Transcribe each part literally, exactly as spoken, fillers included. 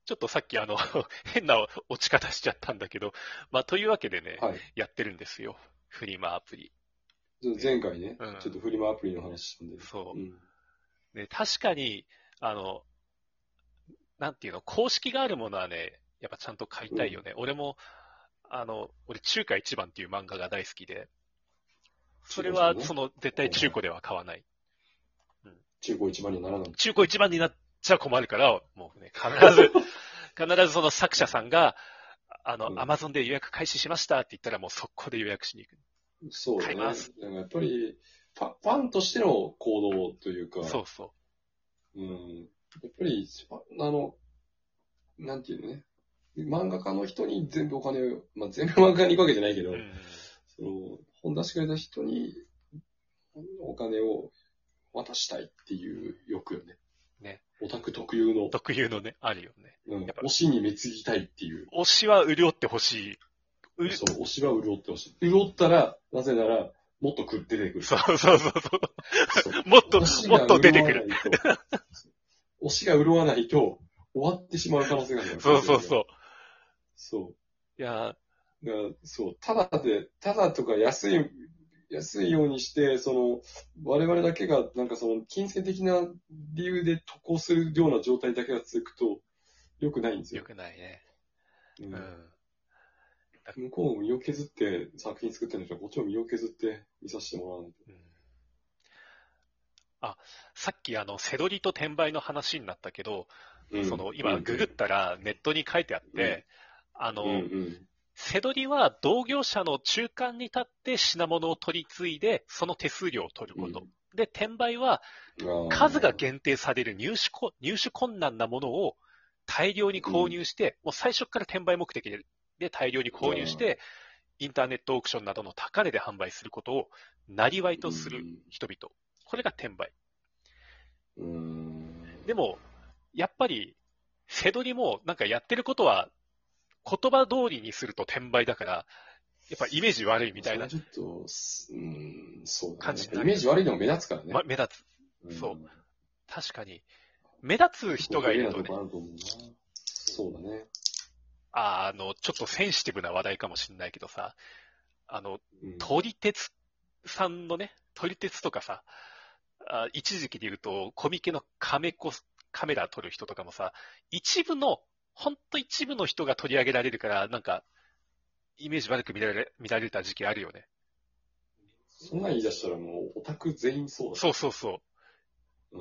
ちょっとさっきあの、変な落ち方しちゃったんだけど、まあ、というわけでね、 はい。 やってるんですよ。フリマアプリ。 ちょっと前回ね、 うん。 ちょっとフリマアプリの話したんで。 そうん。 う。ね、確かに、あの、なんていうの、公式があるものはね、やっぱちゃんと買いうん。 たいよね。俺も、あの、俺、中華一番っていう漫画が大好きで、それは、 中古一番ね。 その、絶はいはい。 対中古では買わない。うん。 中古一番にはならない。 中古一番になっちゃ困るから、もうね、必ず、必ずその作者さんが、あの、アうん。 マゾンで予約開始しましたって言ったら、もう速攻で予約しに行く。 そうだね。 買います。 だからやっぱり、ファファンとしての行動というか、 そうそうん。やっぱり、あの、なんていうのね。漫画家の人に全部お金を、まあ、全部漫画家に行くわけじゃないけう。うど、 ん。 その、本出してくれた人にお金を渡したいっていう欲よね。 ね。 オタク特有の、 特有のね、あるよね。 うん、 やっぱ、 推しに貢ぎたいっていう。 推しは潤ってほしい。うそう、推しは潤ってほしい。潤ったら、なぜなら、もっとく出てくる。 そうそうそうそう。 そう。もっと、 推しがもっと出てくる。 潤わないと、推しが潤わないと、終わってしまう可能性があるから、 そうそうそう。 そいや、 う。だからそう、ただで、ただとか安い、安いようにして、その、我々だけが、なんかその、金銭的な理由で渡航するような状態だけが続くと、良くないんですよ。 よくないね。 ううん。 ん。向こうも身を削って作品作ってるんだから、こっちも身を削って見させてもらわないと。 うん、あ、さっきあの、背取りと転売の話になったけど、 うん。 その、 うん。 今、ググったらネットに書いてあっうん。 て、あうん。うの、 ん。 背取りは同業者の中間に立って品物を取り継いで、その手数料を取ること。 うん。 で、転売はああ。 数が限定される入手こ入手困難なものを大量にうん。 購入して、もう最初から転売目的でで大量にあ購入して、 あ。 インターネットオークションなどの高値で販売することを生りうとするん。 人々。これが転売。 うん。 でも、やっぱり、背取りもなんかやってることは言葉通りにすると転売だから、やっぱイメージ悪いみたいなそれはちょっと、すうん、そうだね。やっぱイ感じになるよね。 メージ悪いのも目立つからま、 ね。 目立つ。 うそう。 ん。 確かに。目立つ結構人がグレーなとこいるとね、 あると思うな。そうだね。 あの、ちょっとセンシティブな話題かもしれないけどさ、あの、 うん。 撮り鉄さんのね、撮り鉄とかさ、あ一時期で言うと、コミケのカメコ、カメラ撮る人とかもさ、一部の、ほんと一部の人が取り上げられるから、なんか、イメージ悪く見られ、見られた時期あるよね。 そんなん言い出したらもうオタク全員そうだそうそうそう。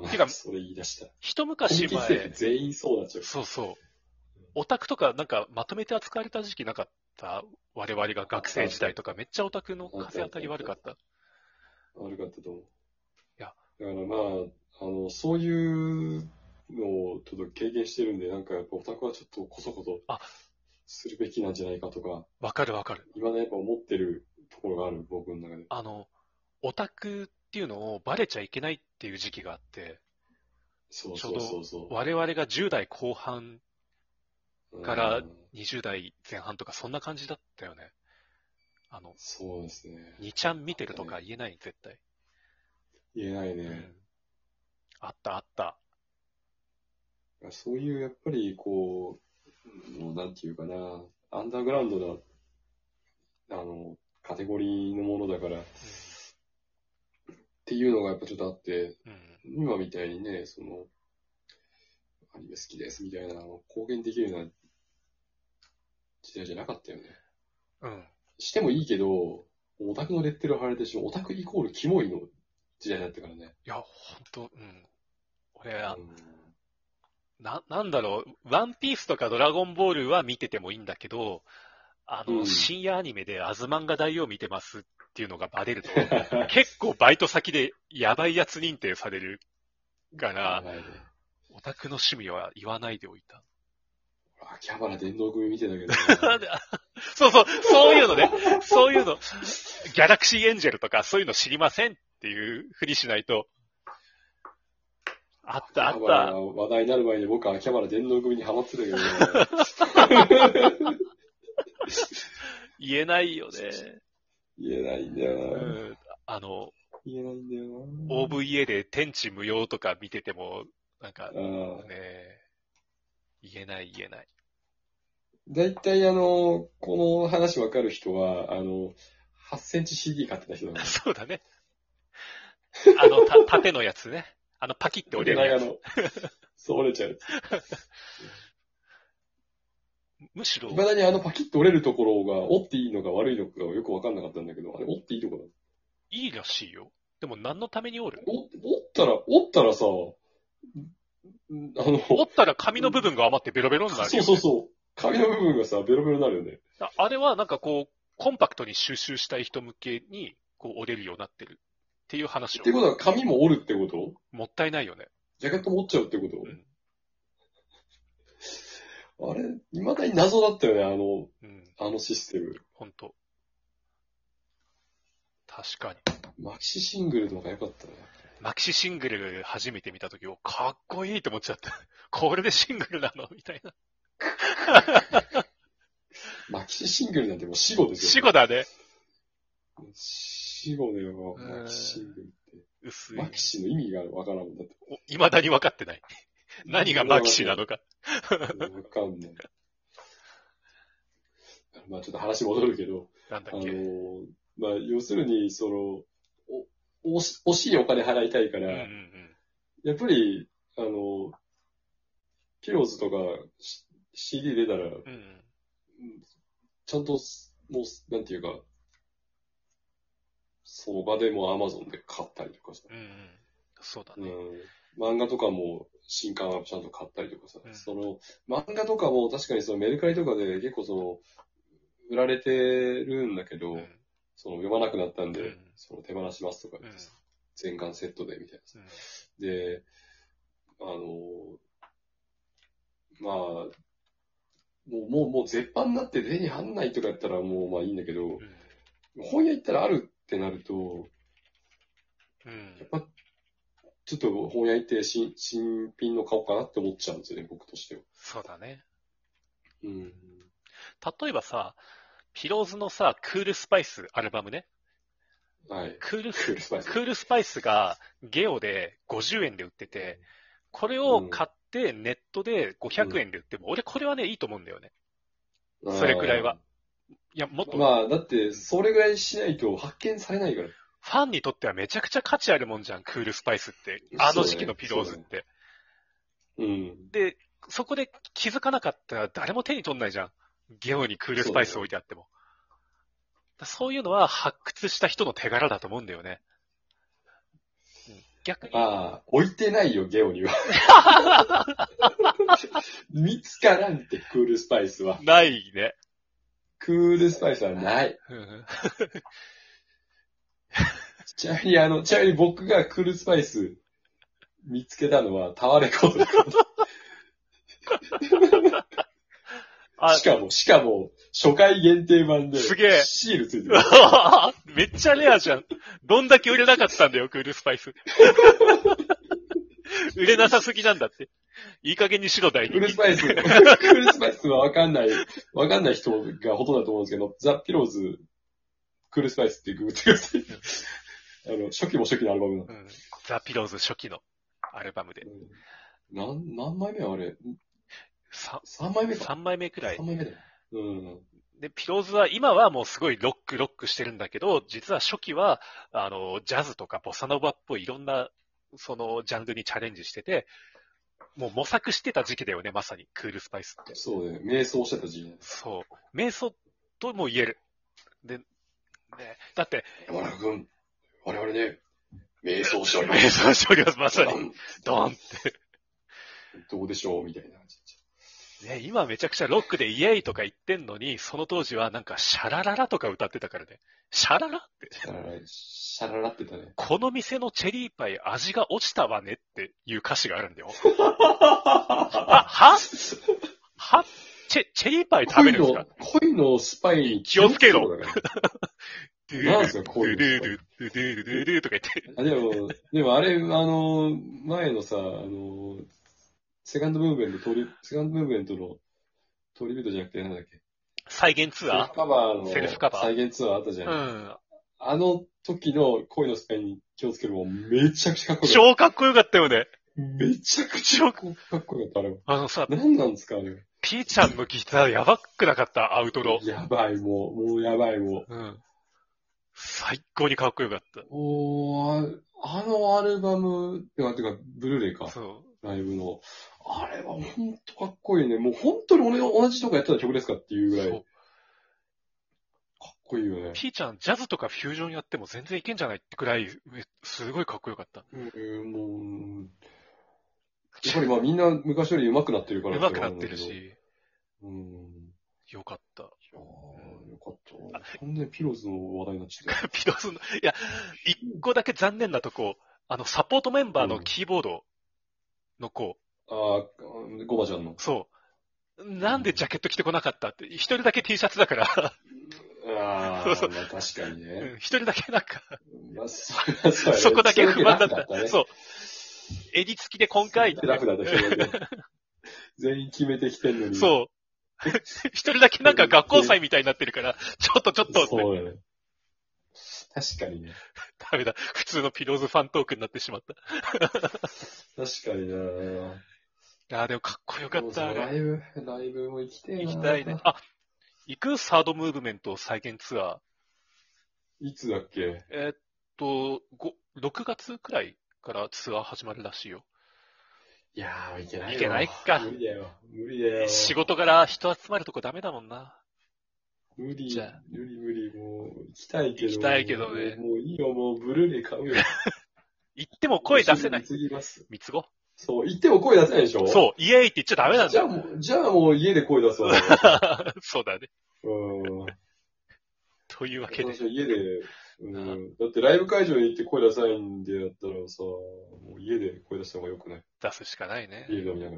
ね。うん。 てか、 それ言い出したら。 一コミ昔ケ時点で前、 全員そうなっちゃう。 そうそう。オタクとかなんかまとめて扱われた時期なかった？我々があ学ったあったあっ生時代とかめっちゃオタクのた。あった風当たりあったあった。 悪かった。い悪かったと思う。 や、 だからまあ、あの、そういうのをちょっと経験してるんで、なんかやっぱオタクはちょっとこそこそあ、 するべきなんじゃないかとか、 わかるわかる。 今ねやっぱ思ってるところがある、僕の中で。 あの、オタクっていうのをバレちゃいけないっていう時期があって、 そうそうちょうどそうそ我々がじゅう代後半う。うからん。 にじゅう代前半とかそんな感じだったよね。あの、 そうですね。 にちゃん見てるとあったね。 か言えない、絶対。 言えないね。 うん。あったあった。 そういうやっぱりこう、もうなんていうかな、アンダーグラウンドな、あの、カテゴリーのものだから、っていうのがやっぱちょっとあって、 うん。 今みたいにね、その、アニメ好きですみたいなのを公言できるような時代じゃなかったよね。 うん。うん。 してもいいけど、オタクのレッテルを貼られてしまう、オタクイコールキモいの時代だったからね。 いや、ほんと、うん。俺、 うんな、なんだろう、ワンピースとかドラゴンボールは見ててもいいんだけど、あの、 うん。 深夜アニメでアズマンガ大王見てますっていうのがバレると、結構バイト先でやばいやつ認定されるかやら、 ばいね。 オタクの趣味は言わないでおいた。 秋葉原電動組見てたけどな。 そうそう、そういうのね、そういうの、ギャラクシーエンジェルとかそういうの知りませんっていうふりしないと、あったあ秋葉原がった。 話題になる前に僕は秋葉原電動組にハマってたけどね。 言えないよね。 言えないんだような。 ん。あの、 言えないんだよな。 オーブイエー で天地無用とか見てても、なんかああ。 ね、 言えない言えない。 だいたいあの、この話わかる人は、あの、はちセンチ シーディー 買ってた人だから。 そうだね。あの、た、縦のやつね。あの、パキって折れるやつ。 あの、そう折れちゃうやつ。 むしろい、まだにあのパキッと折れるところが折っていいのか悪いのかがよくわかんなかったんだけど、あれ折っていいところだ。 いいらしいよ。でも何のために折る？ 折折ったら、折ったらさ、あの、 折ったら紙の部分が余ってベロベロになるよ、ね。 そうそうそう。紙の部分がさ、ベロベロになるよね。 ああれはなんかこう、コンパクトに収集したい人向けに、こう折れるようになってるっていう話を。 ってことは紙も折るってこと？ もったいないよね。 ジャケットも折っちゃうってこと？ うん、 あれ、未だに謎だったよね、あの、 うん、 あのシステム。 ほんと。確かに。 マキシシングルとか良かったね。 マキシシングル初めて見たとき、かっこいいと思っちゃった。これでシングルなのみたいな。 マキシシングルなんてもう死語ですよ。 死語だね。 死語だよ、マキシシングルって。 薄い。 マキシの意味がわからんもんだって。 未だに分かってない。何がマキシなのか。 わかんない。まあちょっと話戻るけど、 なんだっけ。 あの、まあ要するに、その、お、おし、惜しいお金払いたいから、 うんうんうん、 やっぱり、あの、ピローズとか シーディー 出たら、 うんうん、 ちゃんと、もう、なんていうか、その場でも Amazon で買ったりとかさ、 うんうん、そうだね、 うん。漫画とかも新刊はちゃんと買ったりとかさ、 うん、 その、漫画とかも確かにそのメルカリとかで結構その、売られてるんだけど、 うん、 その読まなくなったんで、 うん、 その手放しますとか言ってさ、うん、全巻セットでみたいなさ、うん。で、あの、まあ、もう、もう、もう絶版になって手に入んないとかやったらもうまあいいんだけど、うん、本屋行ったらあるってなると、うん、やっぱ、ちょっと本屋行って新新品の買おうかなって思っちゃうんですよね、僕としては。 そうだね。 うん。 例えばさ、ピローズのさ、クールスパイスアルバムね。 はい。 クール、 クールスパイス。 クールスパイスがゲオでごじゅうえんで売ってて、これを買ってネットでごひゃくえんで売っても、うん、俺これはね、いいと思うんだよね。それくらいは。いや、もっと。 まあ、だって、それぐらいしないと発見されないから。 ファンにとってはめちゃくちゃ価値あるもんじゃん、クールスパイスって。あの時期のピローズって。 うね、うん。 で、そこで気づかなかったら誰も手に取んないじゃん。ゲオにクールスパイス置いてあっても。そう、そういうのは発掘した人の手柄だと思うんだよね。逆に。 ああ、置いてないよ、ゲオには。見つからんって、クールスパイスは。 ないね。 クールスパイスはない。ちなみに、あの、ちなみに僕がクールスパイス見つけたのはタワーレコードだった。しかも、しかも、初回限定版で、 すげえ。 シールついてる。 めっちゃレアじゃん。どんだけ売れなかったんだよ、クールスパイス。売れなさすぎなんだって。いい加減にしろ、大人気。クールスパイス、クールスパイスはわかんない、わかんない人がほとんどだと思うんですけど、ザ・ピローズ、クールスパイスってググってください。あの、初期も初期のアルバムなの、うん。 ザ・ピローズ初期のアルバムで。 うん、何、何枚目あれさ三枚目か。 三枚目くらい。 三枚目だよ。うん。 で、ピローズは今はもうすごいロックロックしてるんだけど、実は初期は、あの、ジャズとかボサノバっぽいいろんな、その、ジャンルにチャレンジしてて、もう模索してた時期だよね、まさに、クールスパイスって。 そうね、瞑想してた時期、ね。 そう。瞑想とも言える。で、ね、だって。 山中君、我々ね、瞑想しております。 瞑想しております、まさに。ドンって。 どうでしょうみたいな感じ。 ね、今めちゃくちゃロックでイエイとか言ってんのに、その当時はなんかシャラララとか歌ってたからね。シャララって。 シャララ、シャララってたね。 この店のチェリーパイ味が落ちたわねっていう歌詞があるんだよ。はははチェ、チェリーパイ食べるんですか？ 恋の、恋のスパイに気をつけろ。 なんですか、恋のスパイ。 ドゥルル、ドゥルル、ドゥルルとか言って。 あ、でも、でもあれ、あの、前のさ、あの、セカンドムーブメント、トリ、セカンドムーブメントのトリビュートじゃなくてなんだっけ？ 再現ツアー？ セルフカバーの。 セルフカバー。 再現ツアーあったじゃん。 うん。 あの時の恋のスパイに気をつけるもめちゃくちゃかっこよかった。 超かっこよかったよね。 めちゃくちゃかっこよかった、あれ。 あのさ、 何なんですか、あれ。 ピーちゃんのギターやばくなかった、アウトロ。 やばい、もう、もうやばい、もう。 うん。最高にかっこよかった。 おー、あのアルバム、てか、てか、ブルーレイか。 そう。 ライブの。あれはほんとかっこいいね。もう本当に俺の同じ人がやってた曲ですかっていうぐらい。 そう。 かっこいいよね。 ピーちゃん、ジャズとかフュージョンやっても全然いけんじゃないってくらい、すごいかっこよかった。 うん、もう、やっぱりまあみんな昔より上手くなってるから上手くなってるし。 うん。 よかった。 いやー、よかった。ほんで、ピローズの話題になっちゃった。 ピローズの、いや、一個だけ残念なとこ、あの、サポートメンバーのキーボードの子。 ああ、ゴバちゃんの。 そう。なんでジャケット着てこなかったって、一人だけ T シャツだから。 ああ、 そうそうまあ確かにね。 一人だけなんか、 まあ、それはそうやねそこだけ不満だった。 それだけ楽だったねそう。襟付きで今回それだけ楽だった、それだけ全員決めてきてんのに。 そう。一人だけなんか学校祭みたいになってるから、ちょっとちょっと、 そうだね。確かにね。 ダメだ。普通のピローズファントークになってしまった。 確かになああ、でもかっこよかった。 ライブ、ライブも行きてえな行きたいね。あ、行くサードムーブメント再現ツアー。 いつだっけえーっと、ごろくがつくらいからツアー始まるらしいよ。 いやー、いけないよ。 いけないか。 無理だよ。無理だよ。 仕事柄人集まるとこダメだもんな。 無理じゃあ、 無理無理、もう、行きたいけど。 行きたいけどねもういいよ、もう、ブルーレイ買うよ。 行っても声出せない。 次ます。 三つ子そう、行っても声出せないでしょそう、イエーイって言っちゃダメなんだよ。 じゃあもう、じゃあもう家で声出そう。 そうだね。 うん。 というわけで。 私は家で、うん、だってライブ会場に行って声出さないんでやったらさ、もう家で声出した方がよくない出すしかないね。 家で見ながら。